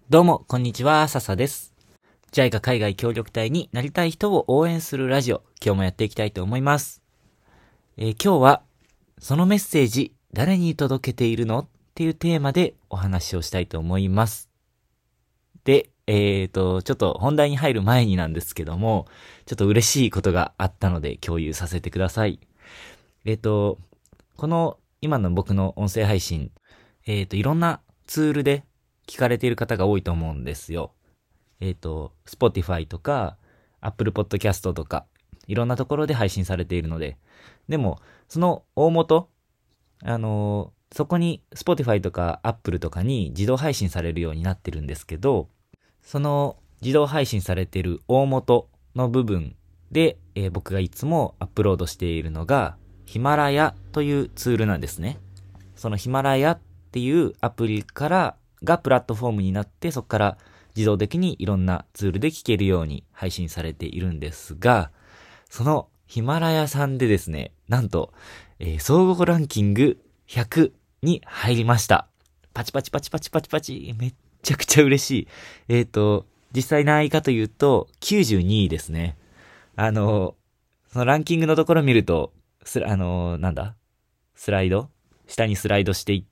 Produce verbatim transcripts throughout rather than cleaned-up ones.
どうも、こんにちは、笹です。ジャイカ 海外協力隊になりたい人を応援するラジオ、今日もやっていきたいと思います。えー、今日は、そのメッセージ、誰に届けているのっていうテーマでお話をしたいと思います。で、えーと、ちょっと本題に入る前になんですけども、ちょっと嬉しいことがあったので共有させてください。えーと、この今の僕の音声配信、えーと、いろんなツールで聞かれている方が多いと思うんですよ。えっと、Spotify とか、Apple Podcast とか、いろんなところで配信されているので。でも、その大元、あのー、そこに Spotify とか Apple とかに自動配信されるようになってるんですけど、その自動配信されている大元の部分で、えー僕がいつもアップロードしているのが、ヒマラヤというツールなんですね。そのヒマラヤっていうアプリからがプラットフォームになって、そこから自動的にいろんなツールで聞けるように配信されているんですが、そのヒマラヤさんでですね、なんと、えー総合ランキングひゃくに入りました。パチパチパチパチパチパチ、めっちゃくちゃ嬉しい。えっと、実際何位かというと、きゅうじゅうにいですね。あの、そのランキングのところ見ると、すあの、なんだスライド下にスライドしていって、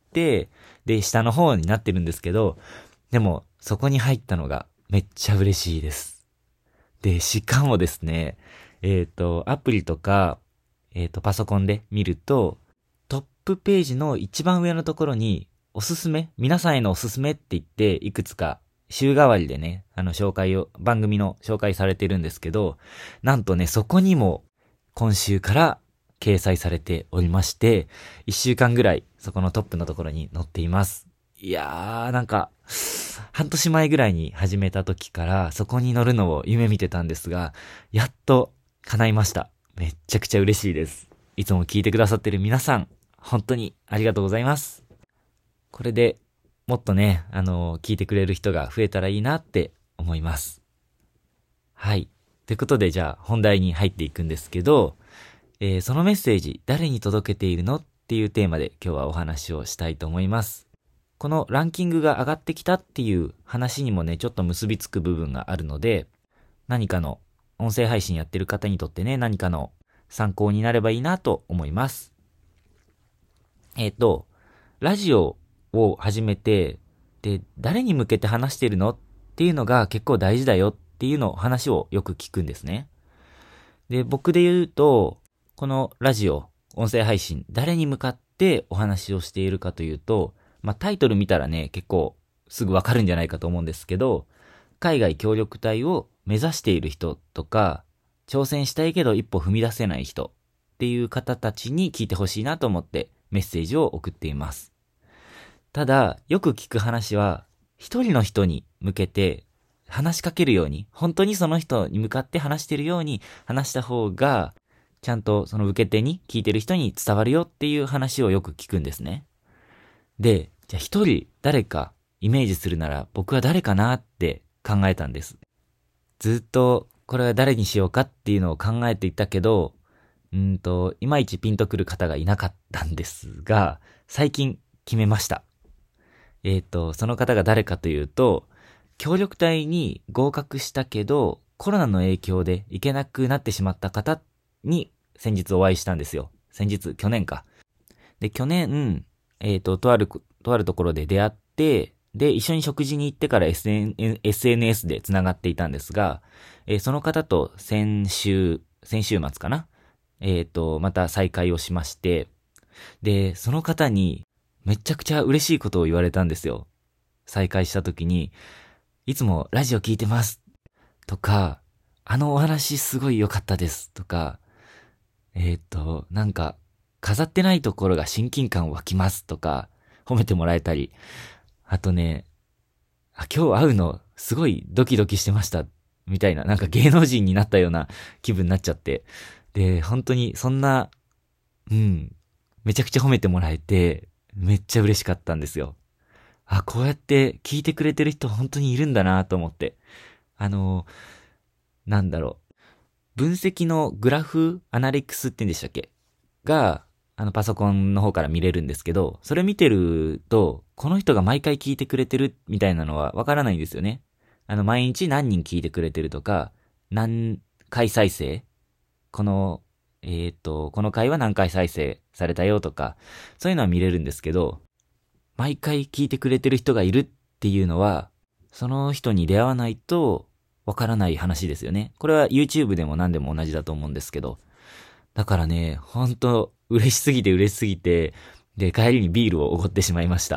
で、下の方になってるんですけど、でも、そこに入ったのがめっちゃ嬉しいです。で、しかもですね、えっと、アプリとか、えっと、パソコンで見ると、トップページの一番上のところに、おすすめ皆さんへのおすすめって言って、いくつか、週替わりでね、あの、紹介を、番組の紹介されてるんですけど、なんとね、そこにも、今週から掲載されておりまして、一週間ぐらい、そこのトップのところに載っています。いやー、なんか、半年前ぐらいに始めた時からそこに乗るのを夢見てたんですが、やっと叶いました。めっちゃくちゃ嬉しいです。いつも聞いてくださってる皆さん、本当にありがとうございます。これでもっとね、あのー聞いてくれる人が増えたらいいなって思います。はい。ということでじゃあ本題に入っていくんですけど、えーそのメッセージ誰に届けているのっていうテーマで今日はお話をしたいと思います。このランキングが上がってきたっていう話にもね、ちょっと結びつく部分があるので、何かの音声配信やってる方にとってね、何かの参考になればいいなと思います。えっと、ラジオを始めて、で、誰に向けて話してるのっていうのが結構大事だよっていうのを話をよく聞くんですね。で、僕で言うと、このラジオ、音声配信、誰に向かってお話をしているかというと、まあ、タイトル見たらね、結構すぐわかるんじゃないかと思うんですけど、海外協力隊を目指している人とか、挑戦したいけど一歩踏み出せない人っていう方たちに聞いてほしいなと思ってメッセージを送っています。ただ、よく聞く話は、一人の人に向けて話しかけるように、本当にその人に向かって話してるように話した方が、ちゃんとその受け手に聞いてる人に伝わるよっていう話をよく聞くんですね。で、じゃあ一人誰かイメージするなら僕は誰かなって考えたんです。ずっとこれは誰にしようかっていうのを考えていたけど、うーんと、いまいちピンとくる方がいなかったんですが、最近決めました。えっと、その方が誰かというと、協力隊に合格したけど、コロナの影響で行けなくなってしまった方に先日お会いしたんですよ。先日、去年か。で、去年、えっと、とある、とあるところで出会って、で、一緒に食事に行ってから エスエヌエス で繋がっていたんですが、えーその方と先週、先週末かなえっと、また再会をしまして、で、その方にめちゃくちゃ嬉しいことを言われたんですよ。再会した時に、いつもラジオ聞いてますとか、あのお話すごい良かったですとか、えっと、なんか、飾ってないところが親近感湧きますとか、褒めてもらえたり、あとね、あ、今日会うのすごいドキドキしてました、みたいな、なんか芸能人になったような気分になっちゃって、で、本当にそんな、うん、めちゃくちゃ褒めてもらえて、めっちゃ嬉しかったんですよ。あ、こうやって聞いてくれてる人本当にいるんだなと思って。あの、なんだろう。分析のグラフアナリクスって言うんでしたっけが、あのパソコンの方から見れるんですけど、それ見てると、 この人が毎回聞いてくれてるみたいなのはわからないんですよね。あの、毎日何人聞いてくれてるとか、何回再生この、えっと、この回は何回再生されたよとか、そういうのは見れるんですけど、毎回聞いてくれてる人がいるっていうのは、その人に出会わないとわからない話ですよね。これは YouTube でも何でも同じだと思うんですけど。だからね、ほんと嬉しすぎて嬉しすぎて、で、帰りにビールをおごってしまいました。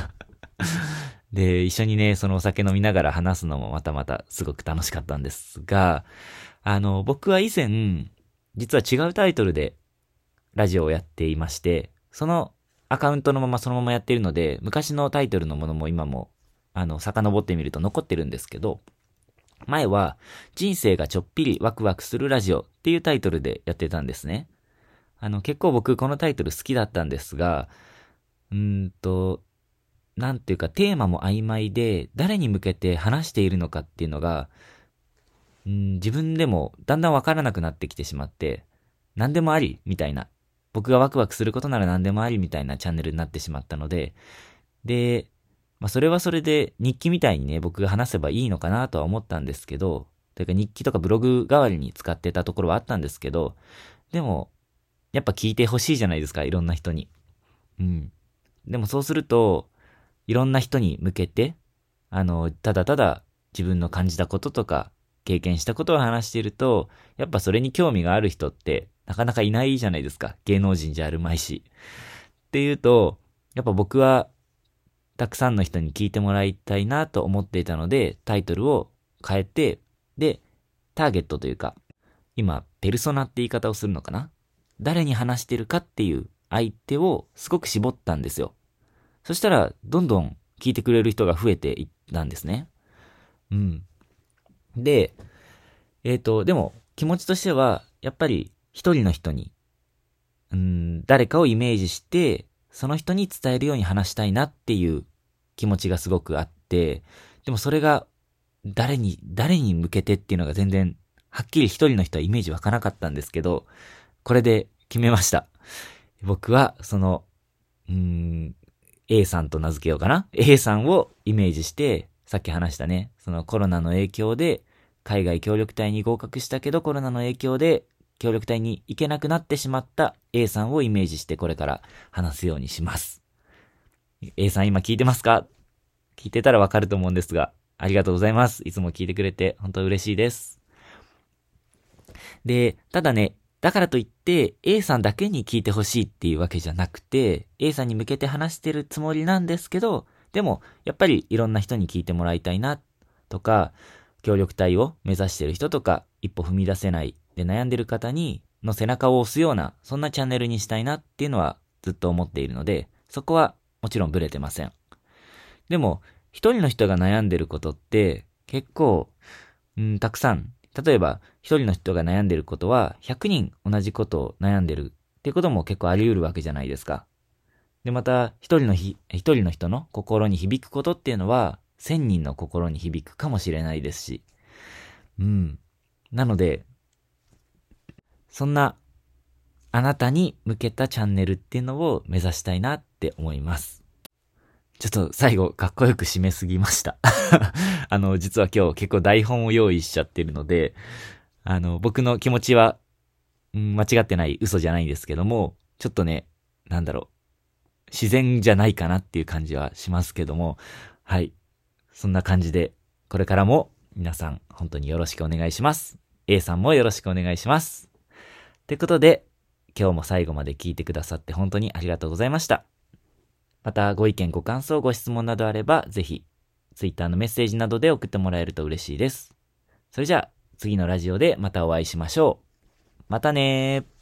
で、一緒にね、そのお酒飲みながら話すのもまたまたすごく楽しかったんですが、あの、僕は以前、実は違うタイトルでラジオをやっていまして、そのアカウントのままそのままやっているので、昔のタイトルのものも今も、あの、遡ってみると残ってるんですけど、前は、人生がちょっぴりワクワクするラジオっていうタイトルでやってたんですね。あの、結構僕このタイトル好きだったんですが、うーんと、なんていうかテーマも曖昧で、誰に向けて話しているのかっていうのが、うん、自分でもだんだんわからなくなってきてしまって、何でもありみたいな、僕がワクワクすることなら何でもありみたいなチャンネルになってしまったので、で、まあそれはそれで日記みたいにね、僕が話せばいいのかなとは思ったんですけど、というか日記とかブログ代わりに使ってたところはあったんですけど、でも、やっぱ聞いてほしいじゃないですか、いろんな人に。うん。でもそうすると、いろんな人に向けて、あの、ただただ自分の感じたこととか、経験したことを話していると、やっぱそれに興味がある人ってなかなかいないじゃないですか。芸能人じゃあるまいし。っていうと、やっぱ僕はたくさんの人に聞いてもらいたいなと思っていたので、タイトルを変えて、で、ターゲットというか、今、ペルソナって言い方をするのかな？誰に話してるかっていう相手をすごく絞ったんですよ。そしたら、どんどん聞いてくれる人が増えていったんですね。うん。で、えっと、でも気持ちとしては、やっぱり一人の人に、うーん、誰かをイメージして、その人に伝えるように話したいなっていう気持ちがすごくあって、でもそれが誰に、誰に向けてっていうのが全然、はっきり一人の人はイメージ湧かなかったんですけど、これで決めました。僕は、その、うーん、A さんと名付けようかな。A さんをイメージして、さっき話したね、そのコロナの影響で、海外協力隊に合格したけどコロナの影響で協力隊に行けなくなってしまった A さんをイメージしてこれから話すようにします。A さん今聞いてますか？聞いてたらわかると思うんですが、ありがとうございます。いつも聞いてくれて本当嬉しいです。で、ただね、だからといって A さんだけに聞いてほしいっていうわけじゃなくて、A さんに向けて話してるつもりなんですけど、でもやっぱりいろんな人に聞いてもらいたいなとか、協力隊を目指している人とか、一歩踏み出せないで悩んでる方にの背中を押すような、そんなチャンネルにしたいなっていうのはずっと思っているので、そこはもちろんブレてません。でも、一人の人が悩んでることって結構、うん、たくさん。例えば、一人の人が悩んでることは、ひゃくにん同じことを悩んでるっていうことも結構あり得るわけじゃないですか。で、また、一人のひ、一人の人の心に響くことっていうのは、千人の心に響くかもしれないですし。うん。なので、そんな、あなたに向けたチャンネルっていうのを目指したいなって思います。ちょっと最後、かっこよく締めすぎました。あの、実は今日結構台本を用意しちゃってるので、あの、僕の気持ちは、うん、間違ってない、嘘じゃないんですけども、ちょっとね、なんだろう、自然じゃないかなっていう感じはしますけども、はい。そんな感じで、これからも皆さん本当によろしくお願いします。A さんもよろしくお願いします。ということで、今日も最後まで聞いてくださって本当にありがとうございました。またご意見ご感想ご質問などあれば、ぜひ Twitter のメッセージなどで送ってもらえると嬉しいです。それじゃあ次のラジオでまたお会いしましょう。またねー。